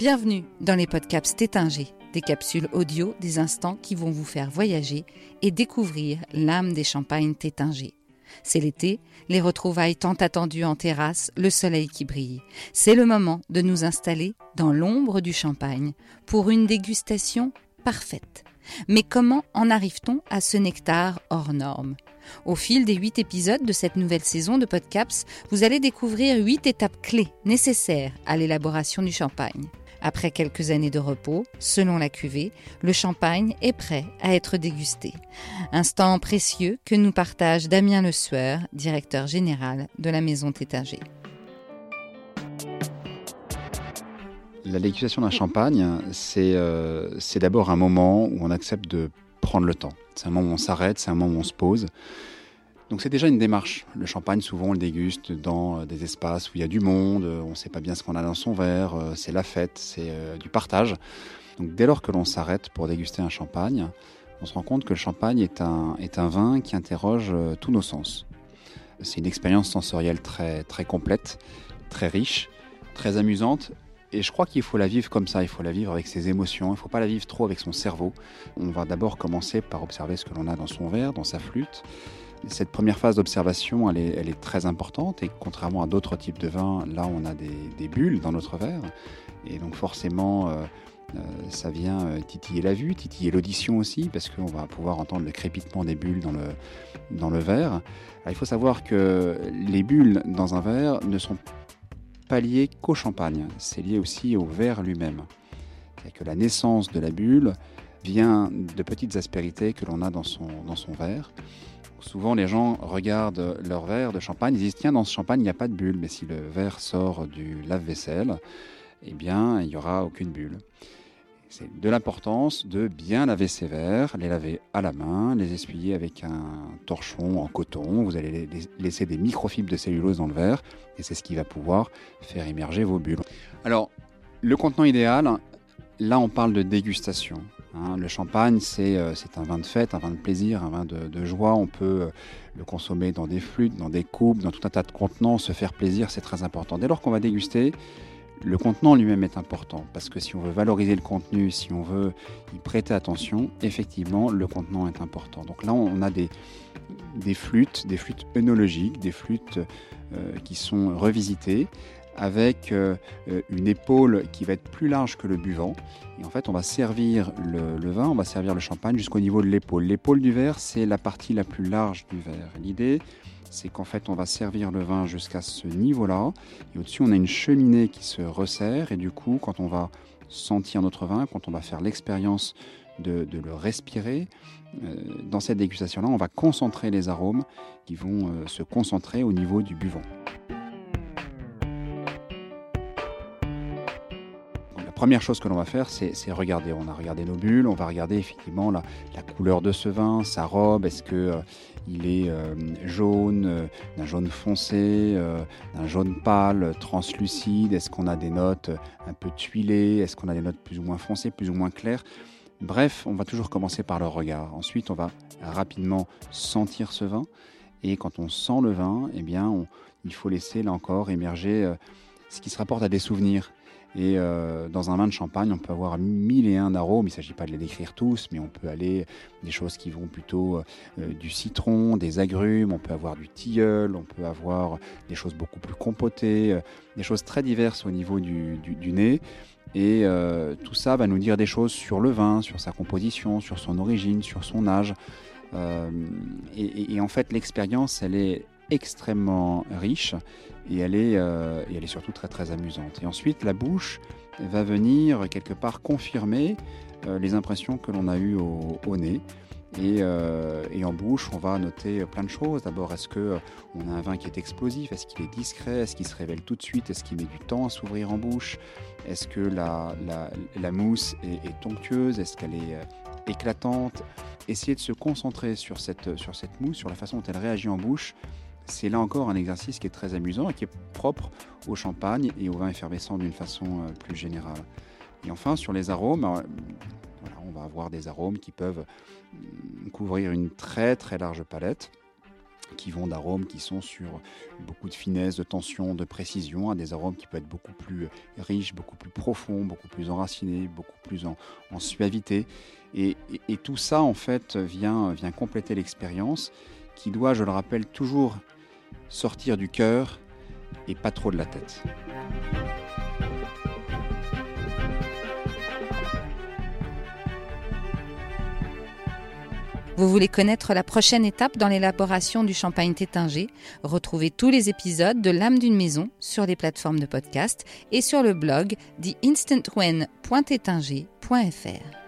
Bienvenue dans les podcasts Tétinger, des capsules audio, des instants qui vont vous faire voyager et découvrir l'âme des champagnes Tétinger. C'est l'été, les retrouvailles tant attendues en terrasse, le soleil qui brille. C'est le moment de nous installer dans l'ombre du champagne pour une dégustation parfaite. Mais comment en arrive-t-on à ce nectar hors norme ? Au fil des 8 épisodes de cette nouvelle saison de Podcaps, vous allez découvrir 8 étapes clés nécessaires à l'élaboration du champagne. Après quelques années de repos, selon la cuvée, le champagne est prêt à être dégusté. Instant précieux que nous partage Damien Le Sueur, directeur général de la maison Tétinger. La dégustation d'un champagne, c'est d'abord un moment où on accepte de prendre le temps. C'est un moment où on s'arrête, c'est un moment où on se pose. Donc c'est déjà une démarche. Le champagne, souvent, on le déguste dans des espaces où il y a du monde, on ne sait pas bien ce qu'on a dans son verre, c'est la fête, c'est du partage. Donc dès lors que l'on s'arrête pour déguster un champagne, on se rend compte que le champagne est un vin qui interroge tous nos sens. C'est une expérience sensorielle très, très complète, très riche, très amusante. Et je crois qu'il faut la vivre comme ça, il faut la vivre avec ses émotions, il ne faut pas la vivre trop avec son cerveau. On va d'abord commencer par observer ce que l'on a dans son verre, dans sa flûte. Cette première phase d'observation, elle est très importante et contrairement à d'autres types de vins, là on a des bulles dans notre verre. Et donc forcément, ça vient titiller la vue, titiller l'audition aussi, parce qu'on va pouvoir entendre le crépitement des bulles dans le verre. Alors, il faut savoir que les bulles dans un verre ne sont pas lié qu'au champagne, c'est lié aussi au verre lui-même. C'est-à-dire que la naissance de la bulle vient de petites aspérités que l'on a dans son verre. Souvent, les gens regardent leur verre de champagne, ils disent « Tiens, dans ce champagne, il n'y a pas de bulle. » Mais si le verre sort du lave-vaisselle, eh bien, il n'y aura aucune bulle. C'est de l'importance de bien laver ces verres, les laver à la main, les essuyer avec un torchon en coton. Vous allez laisser des microfibres de cellulose dans le verre et c'est ce qui va pouvoir faire émerger vos bulles. Alors, le contenant idéal, là on parle de dégustation. Le champagne, c'est un vin de fête, un vin de plaisir, un vin de joie. On peut le consommer dans des flûtes, dans des coupes, dans tout un tas de contenants, se faire plaisir, c'est très important. Dès lors qu'on va déguster, le contenant lui-même est important parce que si on veut valoriser le contenu, si on veut y prêter attention, effectivement, le contenant est important. Donc là, on a des flûtes œnologiques, des flûtes qui sont revisitées avec une épaule qui va être plus large que le buvant. Et en fait, on va servir le vin, on va servir le champagne jusqu'au niveau de l'épaule. L'épaule du verre, c'est la partie la plus large du verre. L'idée, c'est qu'en fait, on va servir le vin jusqu'à ce niveau-là. Et au-dessus, on a une cheminée qui se resserre. Et du coup, quand on va sentir notre vin, quand on va faire l'expérience de le respirer, dans cette dégustation-là, on va concentrer les arômes qui vont se concentrer au niveau du buvant. La première chose que l'on va faire, c'est regarder. On a regardé nos bulles, on va regarder effectivement la couleur de ce vin, sa robe. Est-ce qu'il est jaune, d'un jaune foncé, d'un jaune pâle, translucide? Est-ce qu'on a des notes un peu tuilées? Est-ce qu'on a des notes plus ou moins foncées, plus ou moins claires? Bref, on va toujours commencer par le regard. Ensuite, on va rapidement sentir ce vin. Et quand on sent le vin, eh bien, il faut laisser là encore émerger ce qui se rapporte à des souvenirs. Et dans un vin de champagne, on peut avoir 1001 arômes. Il ne s'agit pas de les décrire tous, mais on peut aller des choses qui vont plutôt du citron, des agrumes, on peut avoir du tilleul, on peut avoir des choses beaucoup plus compotées, des choses très diverses au niveau du nez. Et tout ça va nous dire des choses sur le vin, sur sa composition, sur son origine, sur son âge. Et en fait, l'expérience, elle est extrêmement riche et elle est surtout très très amusante. Et ensuite, la bouche va venir quelque part confirmer les impressions que l'on a eues au nez. Et en bouche, on va noter plein de choses. D'abord, est-ce qu'on a un vin qui est explosif? Est-ce qu'il est discret? Est-ce qu'il se révèle tout de suite? Est-ce qu'il met du temps à s'ouvrir en bouche? Est-ce que la mousse est onctueuse? Est-ce qu'elle est éclatante? Essayer de se concentrer sur cette mousse, sur la façon dont elle réagit en bouche. C'est là encore un exercice qui est très amusant et qui est propre au champagne et au vin effervescent d'une façon plus générale. Et enfin, sur les arômes, on va avoir des arômes qui peuvent couvrir une très très large palette. qui vont d'arômes qui sont sur beaucoup de finesse, de tension, de précision, à des arômes qui peuvent être beaucoup plus riches, beaucoup plus profonds, beaucoup plus enracinés, beaucoup plus en suavité. Et tout ça, en fait, vient compléter l'expérience qui doit, je le rappelle, toujours sortir du cœur et pas trop de la tête. Vous voulez connaître la prochaine étape dans l'élaboration du champagne Taittinger? Retrouvez tous les épisodes de l'âme d'une maison sur les plateformes de podcast et sur le blog theinstantwen.taittinger.fr.